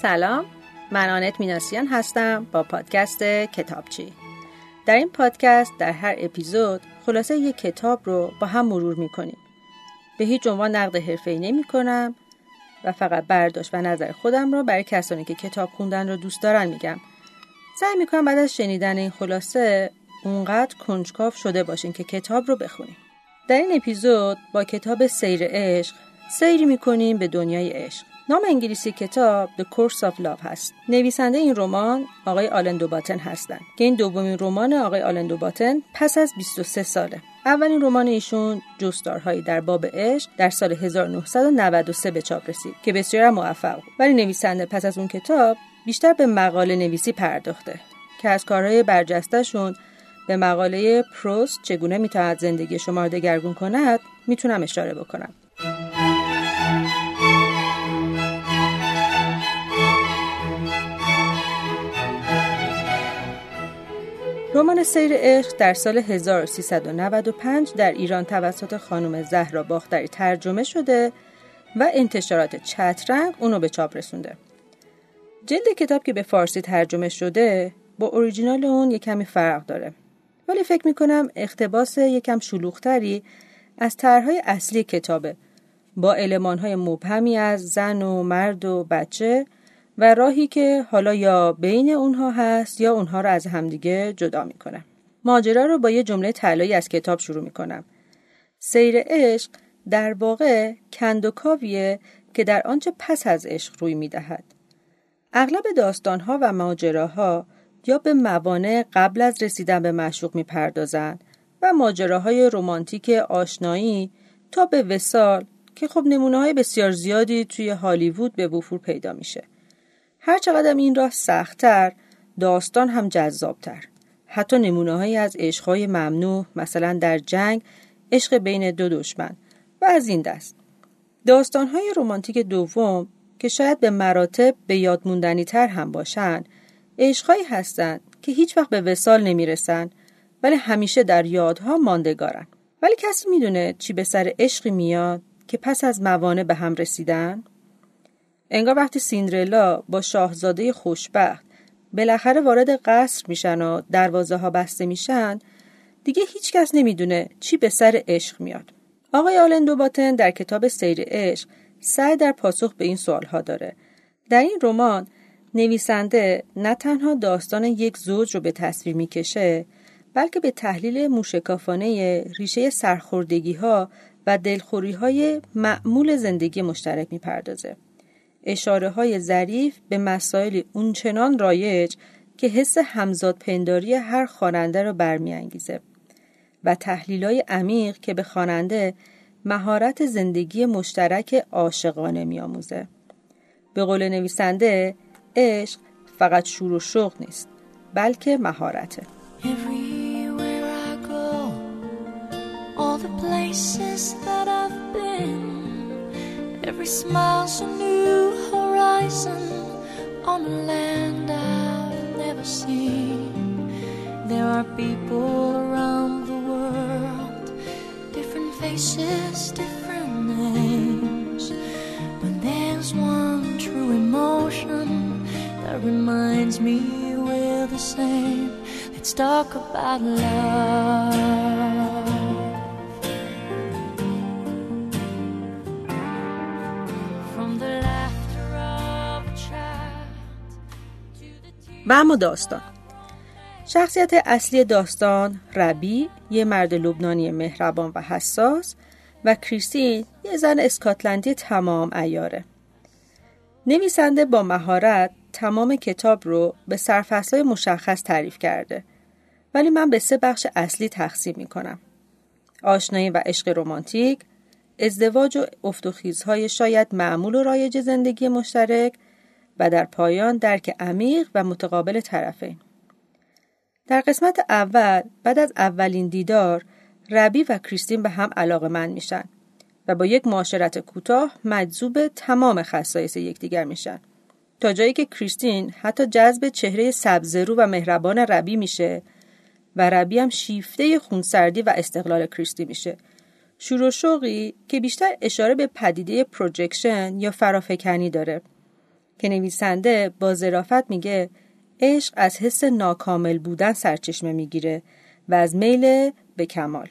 سلام، من آنت میناسیان هستم با پادکست کتابچی. در این پادکست در هر اپیزود خلاصه یک کتاب رو با هم مرور میکنیم. به هیچ عنوان نقد حرفه‌ای نمی‌کنم و فقط برداشت و نظر خودم رو برای کسانی که کتاب خوندن رو دوست دارن میگم. سعی میکنم بعد از شنیدن این خلاصه اونقدر کنجکاو شده باشین که کتاب رو بخونیم. در این اپیزود با کتاب سیر عشق سیری میکنیم به دنیای عشق. نام انگلیسی کتاب The Course of Love هست. نویسنده این رمان آقای آلن دوباتن هستند که این دومین رمان آقای آلن دوباتن پس از 23 ساله. اولین رمان ایشون جستارهایی در باب عشق در سال 1993 به چاپ رسید که بسیار موفق بود. ولی نویسنده پس از اون کتاب بیشتر به مقاله نویسی پرداخته که از کارهای برجسته‌شون به مقاله پروست چگونه میتواند زندگی شما را دگرگون کند میتونم اشاره بکنم. رمان سیر عشق در سال 1395 در ایران توسط خانم زهرا باختری ترجمه شده و انتشارات چترنگ اونو به چاپ رسونده. جلد کتاب که به فارسی ترجمه شده با اوریجینال اون یک کمی فرق داره، ولی فکر میکنم اقتباس یکم شلوغ‌تری از طرح‌های اصلی کتابه با المان‌های مبهمی از زن و مرد و بچه و راهی که حالا یا بین اونها هست یا اونها رو از همدیگه جدا میکنه. ماجرا رو با یه جمله طلایی از کتاب شروع میکنم. سیر عشق در واقع کندوکاویه که در آنچه پس از عشق روی میدهد. اغلب داستانها و ماجراها یا به موانع قبل از رسیدن به معشوق میپردازند و ماجراهای رمانتیک آشنایی تا به وصال که خب نمونه‌های بسیار زیادی توی هالیوود به وفور پیدا میشه. هر چقدر این راه سخت‌تر، داستان هم جذاب‌تر. حتی نمونه‌هایی از عشق‌های ممنوع، مثلا در جنگ، عشق بین دو دشمن و از این دست. داستان‌های رمانتیک دوم که شاید به مراتب به یاد موندنی‌تر هم باشن، عشق‌هایی هستند که هیچ وقت به وصال نمی‌رسن ولی همیشه در یادها ماندگارن. ولی کسی می‌دونه چی به سر عشقی میاد که پس از موانع به هم رسیدن؟ انگار وقتی سیندرلا با شاهزاده خوشبخت بالاخره وارد قصر میشن و دروازه ها بسته میشن، دیگه هیچ کس نمیدونه چی به سر عشق میاد. آقای آلن دوباتن در کتاب سیر عشق سعی در پاسخ به این سوال ها داره. در این رمان نویسنده نه تنها داستان یک زوج رو به تصویر میکشه، بلکه به تحلیل موشکافانه ریشه سرخوردگی ها و دلخوری های معمول زندگی مشترک میپردازه. اشاره های ظریف به مسائلی اونچنان رایج که حس همزاد پنداری هر خواننده رو برمی‌انگیزه و تحلیل‌های عمیق که به خواننده مهارت زندگی مشترک عاشقانه می‌آموزه. به قول نویسنده، عشق فقط شور و شوق نیست، بلکه مهارته. Every smile's a new horizon on a land I've never seen. There are people around the world, different faces, different names, but there's one true emotion that reminds me we're the same. Let's talk about love. و اما داستان. شخصیت اصلی داستان ربی، یه مرد لبنانی مهربان و حساس، و کریستین، یه زن اسکاتلندی تمام عیاره. نویسنده با مهارت تمام کتاب رو به سرفصل‌های مشخص تعریف کرده، ولی من به 3 بخش اصلی تقسیم می‌کنم: آشنایی و عشق رمانتیک، ازدواج و افت و خیزهای شاید معمول و رایج زندگی مشترک، و در پایان درک عمیق و متقابل طرفین. در قسمت اول بعد از اولین دیدار ربی و کریستین به هم علاقه‌مند میشن و با یک معاشرت کوتاه مجذوب تمام خصایص یکدیگر میشن، تا جایی که کریستین حتی جذب چهره سبزرو و مهربان ربی میشه و ربی هم شیفته خونسردی و استقلال کریستین میشه. شور و شوقی که بیشتر اشاره به پدیده پروجکشن یا فرافکنی داره. که نویسنده با ظرافت میگه عشق از حس ناکامل بودن سرچشمه میگیره و از میل به کمال.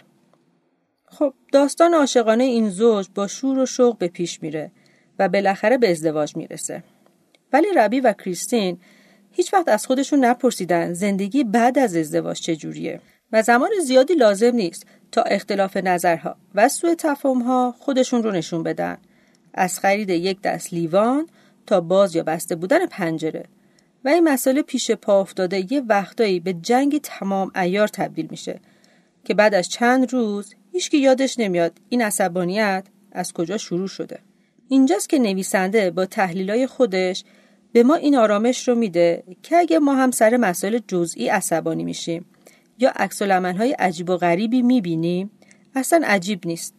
خب داستان عاشقانه این زوج با شور و شوق به پیش میره و بالاخره به ازدواج میرسه. ولی ربی و کریستین هیچ وقت از خودشون نپرسیدن زندگی بعد از ازدواج چجوریه و زمان زیادی لازم نیست تا اختلاف نظرها و سوء تفاهم‌ها خودشون رو نشون بدن. از خرید یک دست لیوان تا باز یا بسته بودن پنجره و این مسئله پیش پا افتاده یه وقتایی به جنگی تمام عیار تبدیل میشه که بعد از چند روز هیچکی یادش نمیاد این عصبانیت از کجا شروع شده. اینجاست که نویسنده با تحلیلای خودش به ما این آرامش رو میده که اگه ما هم سر مسائل جزئی عصبانی میشیم یا عکس‌العمل‌های عجیب و غریبی میبینیم اصلا عجیب نیست.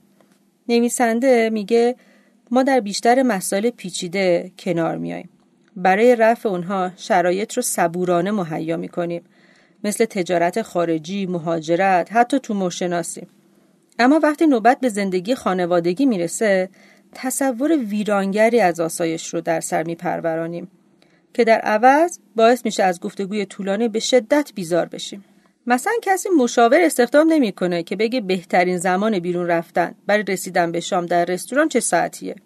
نویسنده میگه ما در بیشتر مسائل پیچیده کنار میاییم. برای رفع اونها شرایط رو صبورانه مهیا میکنیم، مثل تجارت خارجی، مهاجرت، حتی تومورشناسی. اما وقتی نوبت به زندگی خانوادگی میرسه تصور ویرانگری از آسایش رو در سر میپرورانیم که در عوض باعث میشه از گفتگوی طولانی به شدت بیزار بشیم. مثلا کسی مشاور استخدام نمیکنه که بگه بهترین زمان بیرون رفتن برای رسیدن به شام در رستوران چه ساعتیه،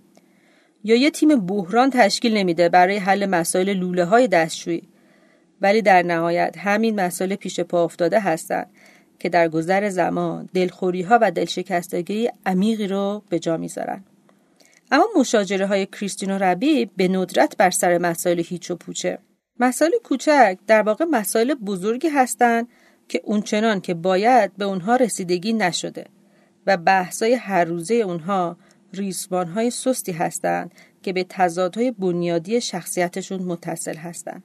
یا یه تیم بحران تشکیل نمیده برای حل مسائل لوله‌های دستشویی. ولی در نهایت همین مسائل پیش پا افتاده هستن که در گذر زمان دلخوری‌ها و دلشکستگی عمیقی رو به جا میذارن. اما مشاجره‌های کریستین و ربی به ندرت بر سر مسائل هیچ و پوچه. مسائل کوچک در واقع مسائل بزرگی هستن که اونچنان که باید به اونها رسیدگی نشده و بحث‌های هر روزه اونها ریسمان‌های سستی هستند که به تضادهای بنیادی شخصیتشون متصل هستند.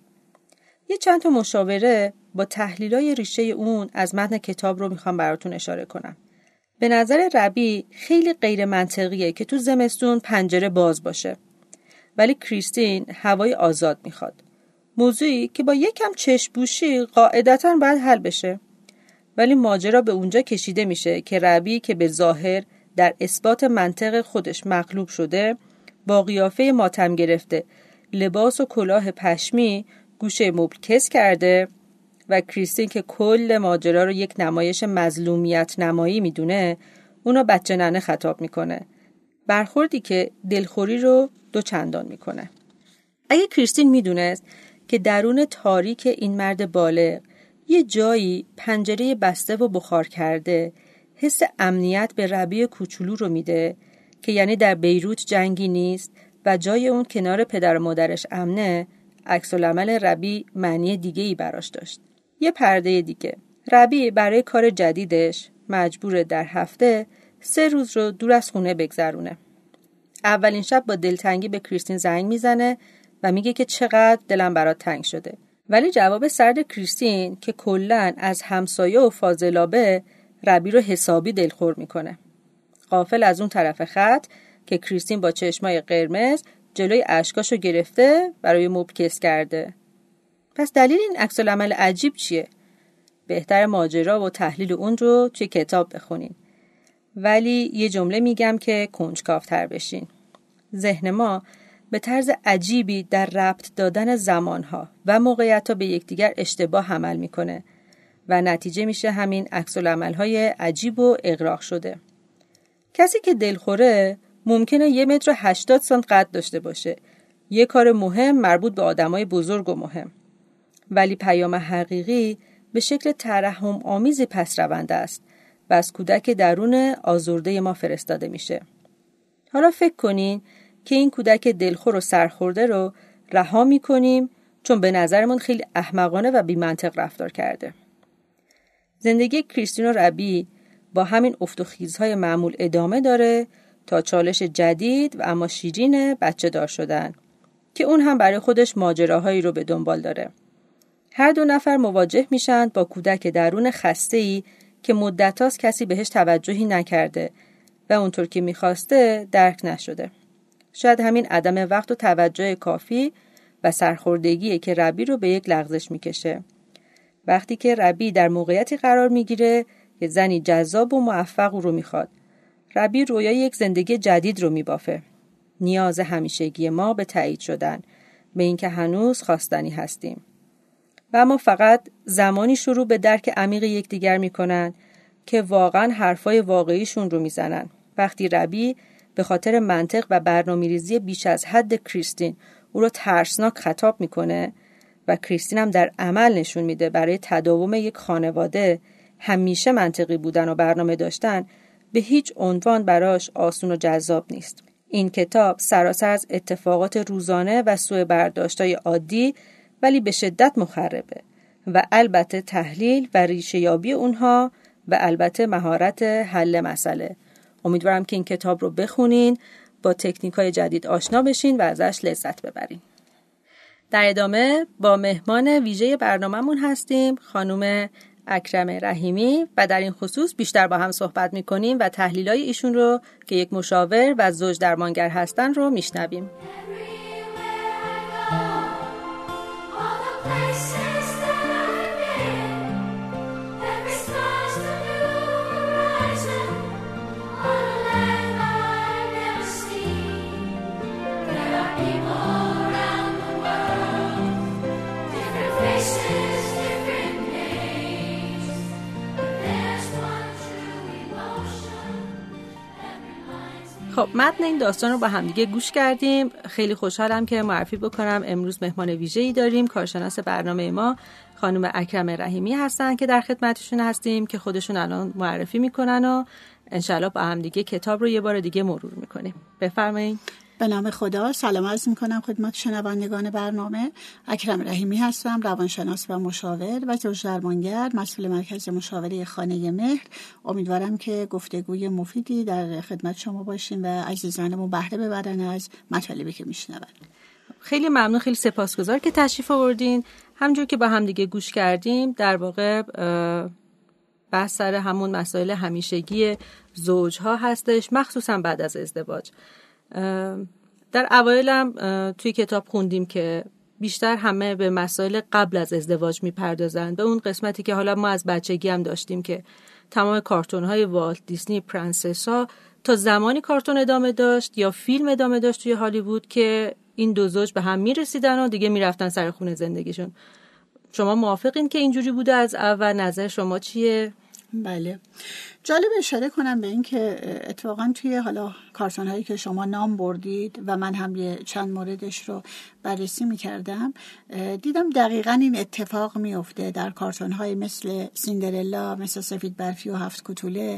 یه چند تا مشاوره با تحلیلای ریشه اون از متن کتاب رو میخوام براتون اشاره کنم. به نظر ربی خیلی غیر منطقیه که تو زمستون پنجره باز باشه، ولی کریستین هوای آزاد میخواد. موضوعی که با یکم چشم‌پوشی قاعدتاً باید حل بشه. ولی ماجرا به اونجا کشیده میشه که ربی که به ظاهر در اثبات منطق خودش مغلوب شده، با قیافه ماتم گرفته، لباس و کلاه پشمی گوشه مبل کس کرده و کریستین که کل ماجرا رو یک نمایش مظلومیت نمایی میدونه، اونو بچه ننه خطاب میکنه. برخوردی که دلخوری رو دو چندان میکنه. اگه کریستین میدونست که درون تاریک این مرد بالغ یه جایی پنجره بسته و بخار کرده، حس امنیت به ربی کوچولو رو میده که یعنی در بیروت جنگی نیست و جای اون کنار پدر و مادرش امنه، عکس‌العمل ربی معنی دیگه‌ای براش داشت. یه پرده دیگه. ربی برای کار جدیدش مجبوره در هفته 3 روز رو دور از خونه بگذرونه. اولین شب با دلتنگی به کریستین زنگ میزنه و میگه که چقدر دلم برات تنگ شده. ولی جواب سرد کریستین که کلاً از همسایه و فاضلابه ربی رو حسابی دلخور میکنه. غافل از اون طرف خط که کریستین با چشمای قرمز جلوی اشکاشو گرفته برای مبل کس کرده. پس دلیل این عکس‌العمل عجیب چیه؟ بهتر ماجرا و تحلیل اون رو توی کتاب بخونین. ولی یه جمله میگم که کنجکاوتر بشین. ذهن ما به طرز عجیبی در ربط دادن زمانها و موقعیت‌ها به یکدیگر اشتباه عمل میکنه و نتیجه میشه همین عکس‌العمل‌های عجیب و اغراق شده. کسی که دلخوره ممکنه 1.80 متر قد داشته باشه. یه کار مهم مربوط به آدمای بزرگ و مهم. ولی پیام حقیقی به شکل ترحم آمیزی پس رونده است و از کودک درون آزرده ما فرستاده میشه. حالا فکر کنین که این کودک دلخور و سرخورده رو رها میکنیم چون به نظرمون خیلی احمقانه و بی‌منطق رفتار کرده. زندگی کریستین و ربی با همین افت و خیزهای معمول ادامه داره تا چالش جدید و اما شیرین بچه دار شدن که اون هم برای خودش ماجراهایی رو به دنبال داره. هر دو نفر مواجه میشن با کودک درون خسته‌ای که مدت‌هاست کسی بهش توجهی نکرده و اونطور که میخواسته درک نشده. شاید همین عدم وقت و توجه کافی و سرخوردگیه که ربی رو به یک لغزش میکشه. وقتی که ربی در موقعیتی قرار میگیره که زنی جذاب و موفق رو میخواد، ربی رویای یک زندگی جدید رو میبافه. نیاز همیشگی ما به تایید شدن به اینکه هنوز خواستنی هستیم. و اما فقط زمانی شروع به درک عمیق یکدیگر میکنن که واقعا حرفای واقعیشون رو میزنن. وقتی ربی به خاطر منطق و برنامه‌ریزی بیش از حد کریستین او رو ترسناک خطاب میکنه و کریستین هم در عمل نشون میده برای تداوم یک خانواده همیشه منطقی بودن و برنامه داشتن به هیچ عنوان براش آسون و جذاب نیست. این کتاب سراسر از اتفاقات روزانه و سوء برداشت‌های عادی ولی به شدت مخربه و البته تحلیل و ریشه یابی اونها و البته مهارت حل مسئله. امیدوارم که این کتاب رو بخونین، با تکنیک‌های جدید آشنا بشین و ازش لذت ببرین. در ادامه با مهمان ویژه برنامه‌مون هستیم، خانم اکرم رحیمی، و در این خصوص بیشتر با هم صحبت می‌کنیم و تحلیل‌های ایشون رو که یک مشاور و زوج درمانگر هستن رو میشنویم. خب متن این داستان رو با همدیگه گوش کردیم. خیلی خوشحالم که معرفی بکنم امروز مهمان ویژه‌ای داریم. کارشناس برنامه ما خانم اکرم رحیمی هستن که در خدمتشون هستیم که خودشون الان معرفی میکنن و انشالله با همدیگه کتاب رو یه بار دیگه مرور میکنیم. بفرمایید. به نام خدا سلام عرض میکنم خدمت شنوندگان برنامه. اکرم رحیمی هستم، روانشناس و مشاور و زوج درمانگر، مسئول مرکز مشاوره خانه مهر. امیدوارم که گفتگوی مفیدی در خدمت شما باشیم و عزیزانمون بهره ببرن از مطالبی که میشنون. خیلی ممنون، خیلی سپاسگزار که تشریف آوردین. همونجور که با هم دیگه گوش کردیم در واقع بحث سر همون مسائل همیشگی زوجها هستش، مخصوصا بعد از ازدواج. در اوایلم توی کتاب خوندیم که بیشتر همه به مسائل قبل از ازدواج میپردازن، به اون قسمتی که حالا ما از بچگی هم داشتیم که تمام کارتون‌های والت دیسنی، پرنسس‌ها تا زمانی کارتون ادامه داشت یا فیلم ادامه داشت توی هالیوود که این دو زوج به هم میرسیدن و دیگه میرفتن سر خونه زندگیشون. شما موافقین که اینجوری بوده از اول؟ نظر شما چیه؟ بله، جالب اشاره کنم به این که اتفاقا توی حالا کارتون هایی که شما نام بردید و من هم یه چند موردش رو بررسی میکردم، دیدم دقیقا این اتفاق میفته در کارتون های مثل سیندرلا، مثل سفید برفی و هفت کوتوله،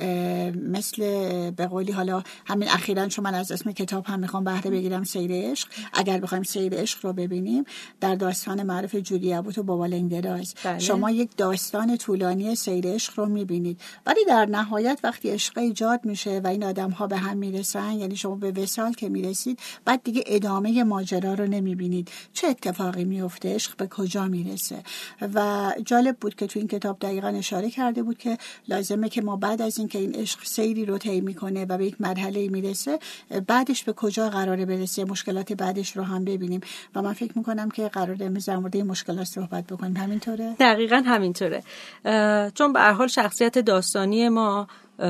مثل به قولی حالا همین اخیراً چون من از اسم کتاب هم میخوام بهره بگیرم، سیر عشق. اگر بخوایم سیر عشق رو ببینیم در داستان معروف جودی ابوت و بابا لنگدراز، شما یک داستان طولانی سیر عشق رو میبینید، ولی در نهایت وقتی عشق ایجاد میشه و این آدم ها به هم میرسن، یعنی شما به وصال که میرسید، بعد دیگه ادامه ماجرا رو نمیبینید. چه اتفاقی میفته؟ عشق به کجا میرسه؟ و جالب بود که تو این کتاب دقیقاً اشاره کرده بود که لازمه که ما بعد از این که این عشق سیری رو طی میکنه و به یک مرحله میرسه، بعدش به کجا قراره برسه، مشکلات بعدش رو هم ببینیم. و من فکر میکنم که قراره امروز در مورد این مشکلات صحبت بکنیم. همینطوره؟ دقیقاً همینطوره. چون به هر حال شخصیت داستانی ما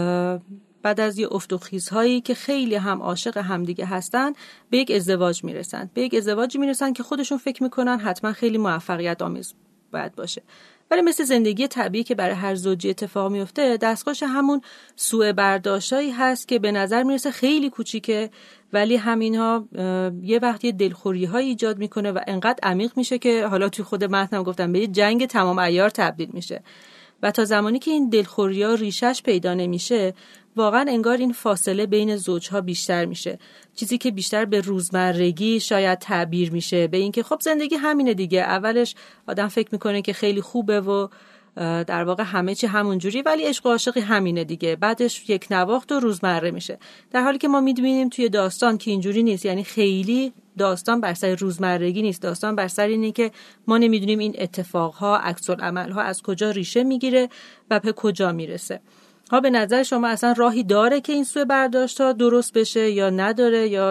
بعد از یه افت و خیزهایی که خیلی هم عاشق همدیگه هستن به یک ازدواج میرسن. به یک ازدواجی میرسن که خودشون فکر میکنن حتما خیلی موفقیت آمیز باید باشه. ولی مثل زندگی طبیعی که برای هر زوجی اتفاق میفته، دستخوش همون سوء برداشتایی هست که به نظر میرسه خیلی کوچیکه، ولی همینها یه وقتی دلخوری های ایجاد میکنه و انقدر عمیق میشه که حالا توی خود متنم گفتم به یه جنگ تمام عیار تبدیل میشه. و تا زمانی که این دلخوری‌ها ریشش پیدا نمیشه، واقعا انگار این فاصله بین زوجها بیشتر میشه. چیزی که بیشتر به روزمرگی شاید تعبیر میشه، به این که خب زندگی همینه دیگه. اولش آدم فکر میکنه که خیلی خوبه و در واقع همه چی همونجوری، ولی عشق و عاشقی همینه دیگه. بعدش یک نواخت و روزمره میشه. در حالی که ما می‌بینیم توی داستان که اینجوری نیست. یعنی خیلی داستان بر سر روزمرگی نیست. داستان بر سر اینه که ما نمیدونیم این اتفاقها، عکس‌العمل‌ها از کجا ریشه میگیره و به کجا میرسه. ها به نظر شما اصلا راهی داره که این سوء برداشت‌ها درست بشه یا نداره، یا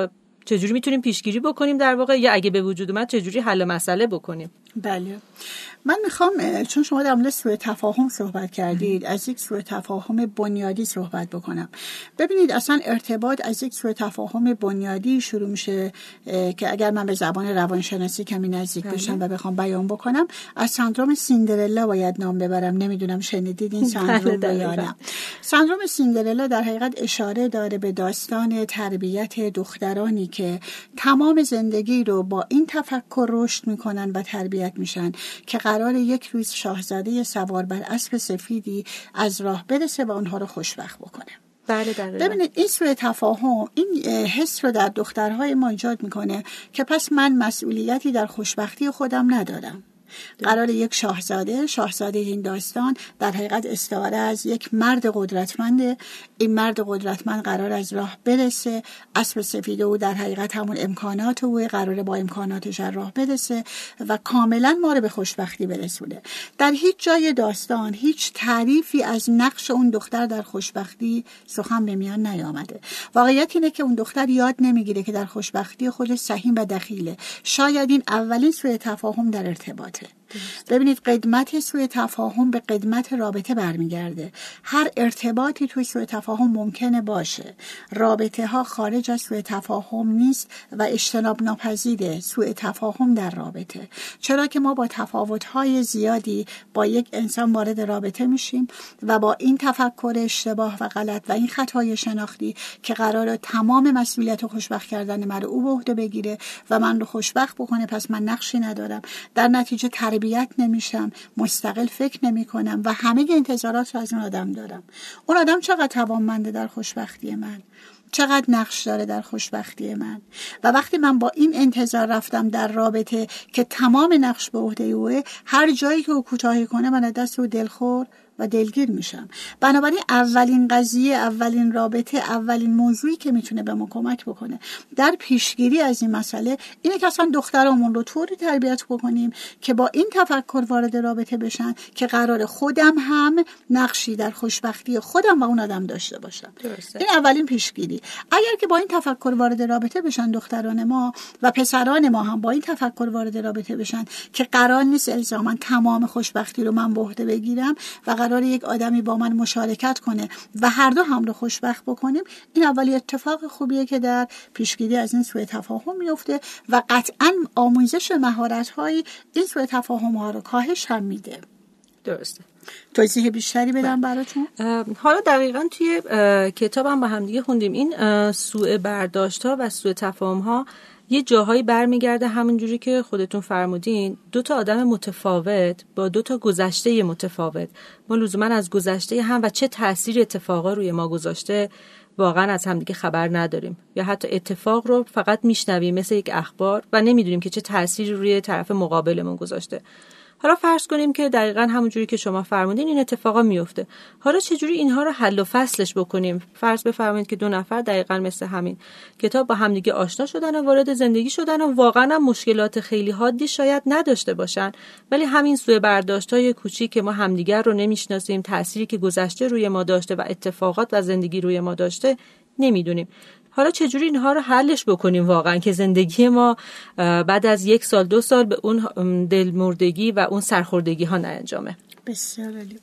چجوری میتونیم پیشگیری بکنیم در واقع، یا اگه به وجود اومد چجوری حل مسئله بکنیم؟ بله، من میخوام چون شما در مورد سوء تفاهم صحبت کردید از یک سوء تفاهم بنیادی صحبت بکنم. ببینید اصلا ارتباط از یک سوء تفاهم بنیادی شروع میشه که اگر من به زبان روانشناسی کمی نزدیک بشم و بخوام بیان بکنم، از سندرم سیندرلا باید نام ببرم. نمیدونم شنیدید این سندرم رو یا نه. سندرم سیندرلا در حقیقت اشاره داره به داستان تربیت دخترانی که تمام زندگی رو با این تفکر رشد میکنن و تربیت میشن که قرار یک روز شاهزاده سوار بر اسب سفیدی از راه برسه و اونها رو خوشبخت بکنه. بله دقیقاً. ببینید این سوء تفاهم این حس رو در دخترهای ما ایجاد میکنه که پس من مسئولیتی در خوشبختی خودم ندارم. قرار یک شاهزاده این داستان در حقیقت استعاره از یک مرد قدرتمنده. این مرد قدرتمند قرار از راه برسه، اسب سفید او در حقیقت همون امکانات او قراره با امکاناتش از راه برسه و کاملا ما رو به خوشبختی برسونه. در هیچ جای داستان هیچ تعریفی از نقش اون دختر در خوشبختی سخن به میان نیامده. واقعیت اینه که اون دختر یاد نمیگیره که در خوشبختی خودش سهیم و دخیله. شاید این اولین سوء تفاهم در ارتباطه. ببینید قدمت سوء تفاهم به قدمت رابطه برمیگرده. هر ارتباطی توی سوء تفاهم ممکنه باشه. رابطه ها خارج از سوء تفاهم نیست و اجتناب ناپذیره سوء تفاهم در رابطه. چرا که ما با تفاوت‌های زیادی با یک انسان وارد رابطه میشیم و با این تفکر اشتباه و غلط و این خطای شناختی که قراره تمام مسئولیت خوشبخت کردن من رو او به عهده بگیره و من رو خوشبخت بکنه، پس من نقشی ندارم. در نتیجه تربیت نمیشم، مستقل فکر نمی کنم و همه انتظارات رو از اون آدم دارم. اون آدم چقدر توانمنده در خوشبختی من، چقدر نقش داره در خوشبختی من. و وقتی من با این انتظار رفتم در رابطه که تمام نقش به عهده اوه، هر جایی که او کوتاهی کنه من از دست او دلخور و دلگیر میشم. بنابراین اولین قضیه، اولین رابطه، اولین موضوعی که میتونه به ما کمک بکنه در پیشگیری از این مسئله اینه که اصلا دخترامون رو طوری تربیت بکنیم که با این تفکر وارد رابطه بشن که قرار خودم هم نقشی در خوشبختی خودم و اون آدم داشته باشم. درسته. این اولین پیشگیری. اگر که با این تفکر وارد رابطه بشن دختران ما و پسران ما هم با این تفکر وارد رابطه بشن که قرار نیست الزاما تمام خوشبختی رو من به عهده بگیرم و قرار یک آدمی با من مشارکت کنه و هر دو هم رو خوشبخت بکنیم، این اولی اتفاق خوبیه که در پیشگیری از این سوء تفاهم میفته و قطعاً آموزش مهارت‌های این سوء تفاهم‌ها رو کاهش هم میده. درسته. توضیح بیشتری بدم براتون؟ حالا دقیقاً توی کتابم با هم دیگه خوندیم این سوء برداشت‌ها و سوء تفاهم‌ها یه جاهایی برمیگرده همونجوری که خودتون فرمودین، دو تا آدم متفاوت با دو تا گذشته متفاوت، ما لزوما از گذشته هم و چه تأثیر اتفاقا روی ما گذاشته واقعا از همدیگه خبر نداریم، یا حتی اتفاق رو فقط میشنویم مثل یک اخبار و نمیدونیم که چه تأثیری روی طرف مقابلمون گذاشته. حالا فرض کنیم که دقیقاً همونجوری که شما فرمودین این اتفاقا میفته. حالا چجوری اینها رو حل و فصلش بکنیم؟ فرض بفرمایید که دو نفر دقیقاً مثل همین کتاب با همدیگه آشنا شدن و وارد زندگی شدن و واقعاً هم مشکلات خیلی حادی شاید نداشته باشن، ولی همین سوء برداشت‌های کوچیک که ما همدیگر رو نمیشناسیم، تأثیری که گذشته روی ما داشته و اتفاقات و زندگی روی ما داشته نمیدونیم. حالا چجوری اینها رو حلش بکنیم واقعا که زندگی ما بعد از 1 سال 2 سال به اون دلمردگی و اون سرخوردگی ها نانجامه؟ بسیار عالی.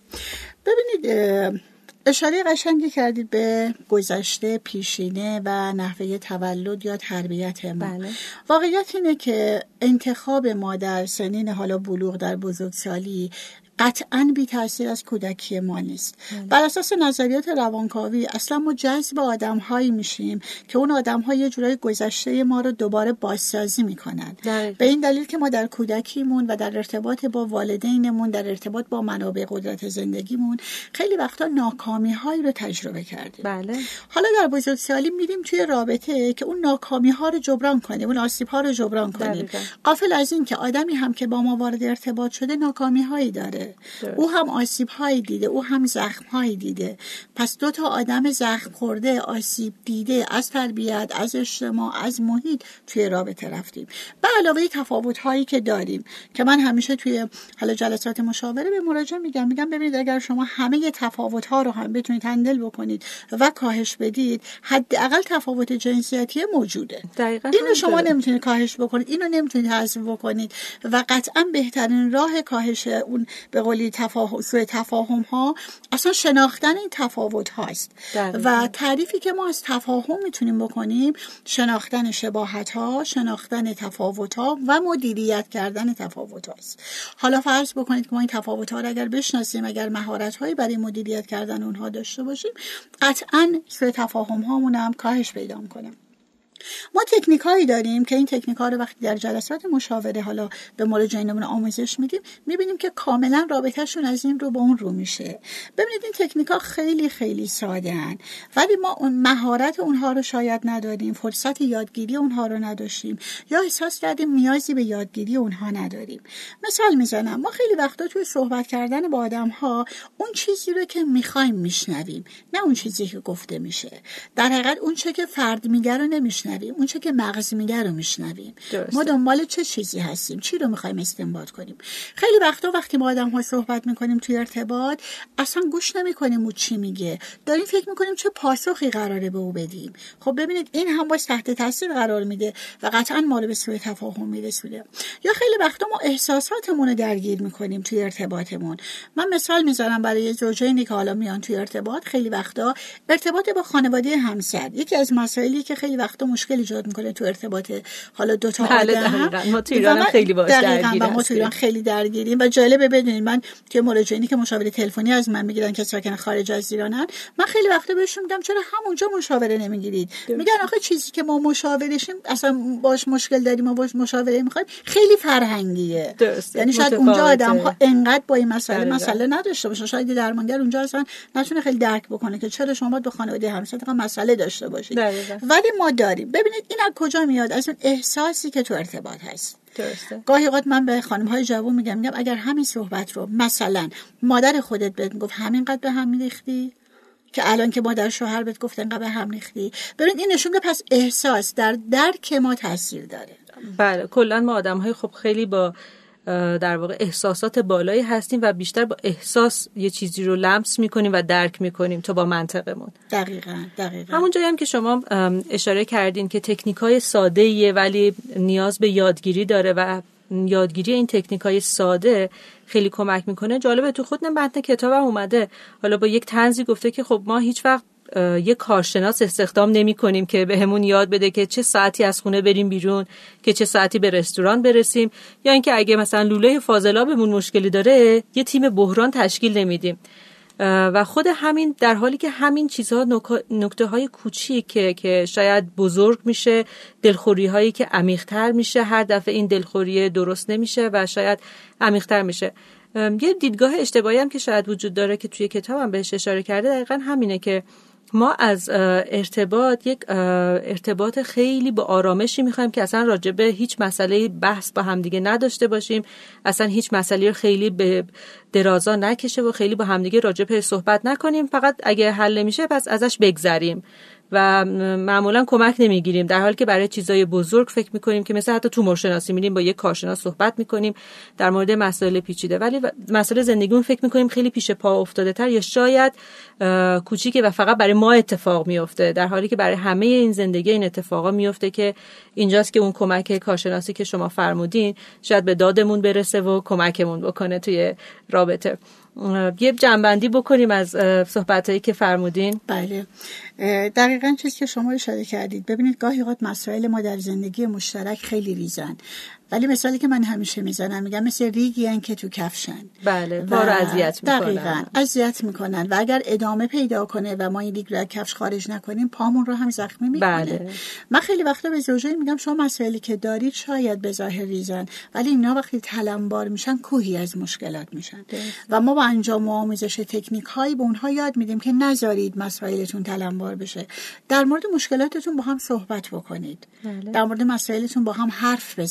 ببینید اشاره قشنگی کردید به گذشته، پیشینه و نحوه تولد یا تربیت ما. بله. واقعیت اینه که انتخاب ما در سنین حالا بلوغ در بزرگسالی قطعاً بی تأثیر از کودکی ما نیست. بر اساس نظریات روانکاوی اصلا ما جذب آدم‌هایی میشیم که اون آدم‌ها یه جورای گذشته ما رو دوباره بازسازی میکنن. به این دلیل که ما در کودکیمون و در ارتباط با والدینمون، در ارتباط با منابع قدرت زندگیمون خیلی وقتا ناکامی‌هایی رو تجربه کردیم. بله. حالا در بزرگسالی میریم توی رابطه که اون ناکامی‌ها رو جبران کنیم، اون آسیب‌ها رو جبران کنیم. غافل از این که آدمی هم که با ما وارد ارتباط شده ناکامی‌هایی داره. دیده، او هم آسیب هایی دیده، او هم زخم هایی دیده. پس 2 تا آدم زخم خورده، آسیب دیده، از تربیت، از اجتماع، از محیط توی رابطه رفتیم. به علاوه تفاوت هایی که داریم که من همیشه توی حالا جلسات مشاوره به مراجع میگم ببینید اگر شما همه تفاوت ها رو هم بتونید هندل بکنید و کاهش بدید، حداقل تفاوت جنسیتی موجوده. اینو شما نمیتونید کاهش بکنید، اینو نمیتونید حذف بکنید و قطعا بهترین راه کاهش اون به قولی سوء تفاهم ها اصلا شناختن این تفاوت هاست. و تعریفی که ما از تفاهم میتونیم بکنیم شناختن شباهت ها، شناختن تفاوت ها و مدیریت کردن تفاوت هاست. حالا فرض بکنید که ما این تفاوت ها رو اگر بشناسیم، اگر مهارت هایی برای مدیریت کردن اونها داشته باشیم، قطعا سوء تفاهم هامون هم کاهش پیدا میکنه. ما تکنیک هایی داریم که این تکنیک ها رو وقتی در جلسات مشاوره حالا به مراجعینمون آموزش میدیم، میبینیم که کاملا رابطهشون از این رو به اون رو میشه. ببینید این تکنیک ها خیلی خیلی ساده هن، ولی ما اون مهارت اونها رو شاید نداریم، فرصت یادگیری اونها رو نداشتیم، یا احساس کردیم نیازی به یادگیری اونها نداریم. مثال میزنم، ما خیلی وقتا توی صحبت کردن با آدم ها اون چیزی رو که میخوایم میشنویم، نه اون چیزی که گفته میشه. در حقیقت اون چه که فرد میگه رو نمیشنویم، اون چه که مغز میگه رو میشنویم. ما دنبال چه چیزی هستیم، چی رو میخوایم استنباط کنیم. خیلی وقتا وقتی ما آدم ها صحبت میکنیم توی ارتباط اصلا گوش نمیکنیم او چی میگه، داریم فکر میکنیم چه پاسخی قراره به او بدیم. خب ببینید این هم باز تحت تاثیر قرار میده و قطعا ما رو به سوء تفاهم میرسونه. یا خیلی وقتا ما احساساتمون رو درگیر میکنیم توی ارتباطمون. من مثال میذارم برای زوجینی که حالا میان توی ارتباط، خیلی وقتا ارتباط با خانواده همسر یکی از مسائلی که خیلی وقتا مشکل ایجاد میکنه تو ارتباط حالا 2 تا آدم. ما تو ایران خیلی باهاش درگیریم، ما تو ایران خیلی درگیریم و جالبه بدونید من که مراجعینی که مشاوره تلفنی از من میگیرن که ساکن خارج از ایرانن، من خیلی وقتا بهشون میگم چرا همونجا مشاوره نمیگیرید؟ میگن آخه چیزی که ما مشاورشیم اصلا باش مشکل داریم و باش مشاوره میخوایم خیلی فرهنگیه. یعنی شاید اونجا آدم‌ها انقدر با این مسئله نداشته باشن، شاید درمانگر اونجا اصلا نتونه خیلی درک بکنه که چرا شما با خانواده همسر مسئله داشته باشید. ولی ما داریم. ببینید این از کجا میاد؟ از اون احساسی که تو ارتباط هست. درسته. گاهی اوقات من به خانم‌های جوان میگم اگر همین صحبت رو مثلا مادر خودت بهت میگفت همینقدر به هم می‌ریختی که الان که مادر شوهر بهت گفت انقدر به هم ریختی، ببین این نشون میده پس احساس در درک ما تاثیر داره. بله، کلا ما آدم‌های خب خیلی با در واقع احساسات بالایی هستیم و بیشتر با احساس یه چیزی رو لمس میکنیم و درک میکنیم تا با منطقمون. دقیقاً. همون جایی هم که شما اشاره کردین که تکنیک‌های ساده‌ایه ولی نیاز به یادگیری داره و یادگیری این تکنیک‌های ساده خیلی کمک میکنه. جالبه تو خود متن کتابم اومده حالا با یک طنزی گفته که خب ما هیچ وقت یک کارشناس استخدام نمی کنیم که بهمون یاد بده که چه ساعتی از خونه بریم بیرون، که چه ساعتی به رستوران برسیم، یا اینکه اگه مثلا لوله فاضلابمون مشکلی داره یه تیم بحران تشکیل نمیدیم. و خود همین در حالی که همین چیزها نکته های کوچیک که شاید بزرگ میشه، دلخوری هایی که عمیق‌تر میشه، هر دفعه این دلخوری درست نمیشه و شاید عمیق‌تر میشه. یه دیدگاه اشتباهی هم که شاید وجود داره که توی کتابم بهش اشاره کرده دقیقاً همینه که ما از ارتباط یک ارتباط خیلی با آرامشی میخوایم که اصلا راجع به هیچ مسئله بحث با همدیگه نداشته باشیم، اصلا هیچ مسئله رو خیلی به درازا نکشه و خیلی با همدیگه راجع به صحبت نکنیم، فقط اگه حل نمیشه پس ازش بگذریم و معمولا کمک نمیگیریم، در حالی که برای چیزای بزرگ فکر میکنیم که مثلا حتی تومور شناسی میریم با یک کارشناس صحبت میکنیم در مورد مسائل پیچیده، ولی مسئله زندگیمون فکر میکنیم خیلی پیش پا افتاده تر یا شاید کوچیکه و فقط برای ما اتفاق میفته، در حالی که برای همه این زندگی این اتفاقا میفته که اینجاست که اون کمک کارشناسی که شما فرمودین شاید به دادمون برسه و کمکمون بکنه توی رابطه. یه جنبندی بکنیم از صحبتایی که فرمودین. بله، دقیقاً چیزی که شما اشاره کردید. ببینید گاهی اوقات مسائل ما در زندگی مشترک خیلی ریزن، ولی مثالی که من همیشه میزنم میگم مثل ریگی ان که تو کفشن. بله، ما رو اذیت میکنن. دقیقاً اذیت میکنن و اگر ادامه پیدا کنه و ما این ریگ رو از کفش خارج نکنیم پامون رو هم زخمی میکنه. بله. من خیلی وقتا به زوجین میگم شما مسائلی که دارید شاید به ظاهر ریزن ولی اینا وقتی تلمبار میشن کوهی از مشکلات میشن و ما با انجام و آموزش تکنیک هایی به اونها یاد میدیم که نذارید مسائلتون تلمبار بشه. در مورد مشکلاتتون با هم صحبت بکنید. بله. در مورد مسائلتون با هم حرف بزنید.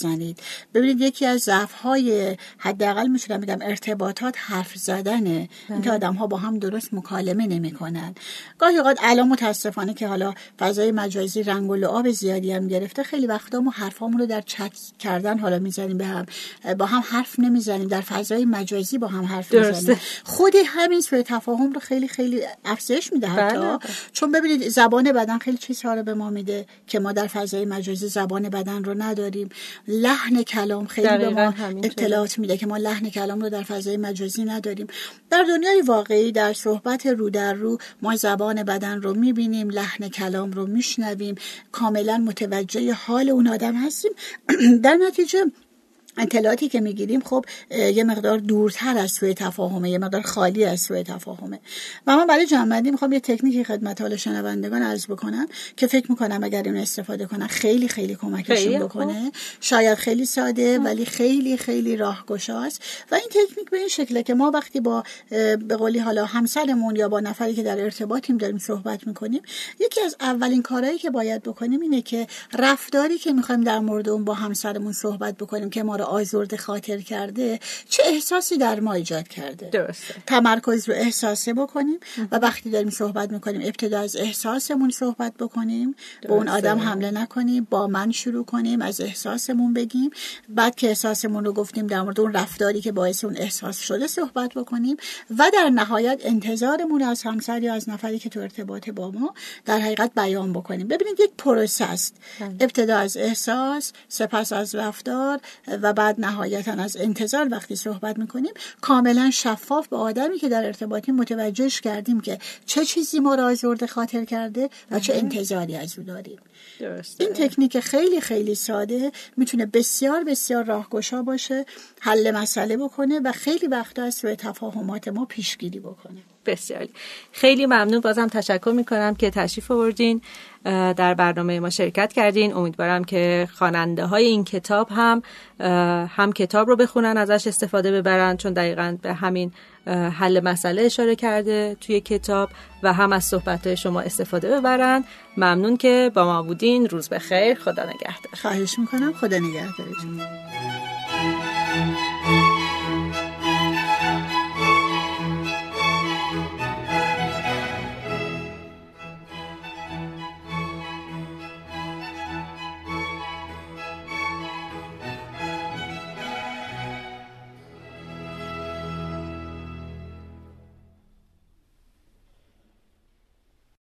ببینید یکی از ضعف‌های حداقل میتونم بگم ارتباطات حرف زدنه، اینکه آدم‌ها با هم درست مکالمه نمی‌کنن. گاهی اوقات الان متاسفانه که حالا فضای مجازی رنگ و لعاب زیادی هم گرفته، خیلی وقتا ما حرفامون رو در چت کردن حالا میزنیم به هم، با هم حرف نمیزنیم، در فضای مجازی با هم حرف میزنیم. خود همین سوء تفاهم رو خیلی خیلی افزایش میده حتی. چون ببینید زبان بدن خیلی چیزها رو به ما میده که ما در فضای مجازی زبان بدن رو نداریم. لحن کلام خیلی به ما اطلاعات میده که ما لحن کلام رو در فضای مجازی نداریم. در دنیای واقعی در صحبت رو در رو ما زبان بدن رو میبینیم، لحن کلام رو میشنویم، کاملا متوجه حال اون آدم هستیم. در نتیجه اطلاعاتی که میگیریم خب یه مقدار دورتر از سوء تفاهمه، یه مقدار خالی از سوء تفاهمه. و من برای جمع‌بندی میخوام یه تکنیکی خدمت حال شنوندگان عرض بکنم که فکر میکنم اگر اینو استفاده کنن خیلی خیلی کمکشون بکنه. شاید خیلی ساده ولی خیلی خیلی راهگشاست. و این تکنیک به این شکله که ما وقتی با به قولی حالا همسرمون یا با نفری که در ارتباطیم داریم صحبت میکنیم، یکی از اولین کارهایی که باید بکنیم اینه که رفتاری که میخوایم در مورد اون با همسرمون صحبت بکنیم که ما رو آزرده خاطر کرده، چه احساسی در ما ایجاد کرده. درسته. تمرکز رو احساسه بکنیم و وقتی داریم صحبت میکنیم ابتدا از احساسمون صحبت بکنیم، به اون آدم حمله نکنیم، با من شروع کنیم، از احساسمون بگیم، بعد که احساسمون رو گفتیم در مورد اون رفتاری که باعث اون احساس شده صحبت بکنیم و در نهایت انتظارمون از همسر یا از نفری که تو ارتباط با ما در حقیقت بیان بکنیم. ببینید یک پروسه است. ابتدا از احساس، سپس از رفتار و بعد نهایتا از انتظار. وقتی صحبت میکنیم کاملا شفاف به آدمی که در ارتباطی متوجهش کردیم که چه چیزی ما را آزرده خاطر کرده و چه انتظاری از او داریم. درسته. این تکنیک خیلی خیلی ساده میتونه بسیار بسیار راهگشا باشه، حل مسئله بکنه و خیلی وقتا از سوء تفاهمات ما پیشگیری بکنه. بسیار خیلی ممنون. بازم تشکر میکنم که تشریف آوردین، در برنامه ما شرکت کردین. امیدوارم که خواننده های این کتاب هم کتاب رو بخونن، ازش استفاده ببرن، چون دقیقاً به همین حل مسئله اشاره کرده توی کتاب، و هم از صحبت شما استفاده ببرن. ممنون که با ما بودین. روز بخیر. خدا نگهدار. خواهش میکنم. خدا نگهدارتون.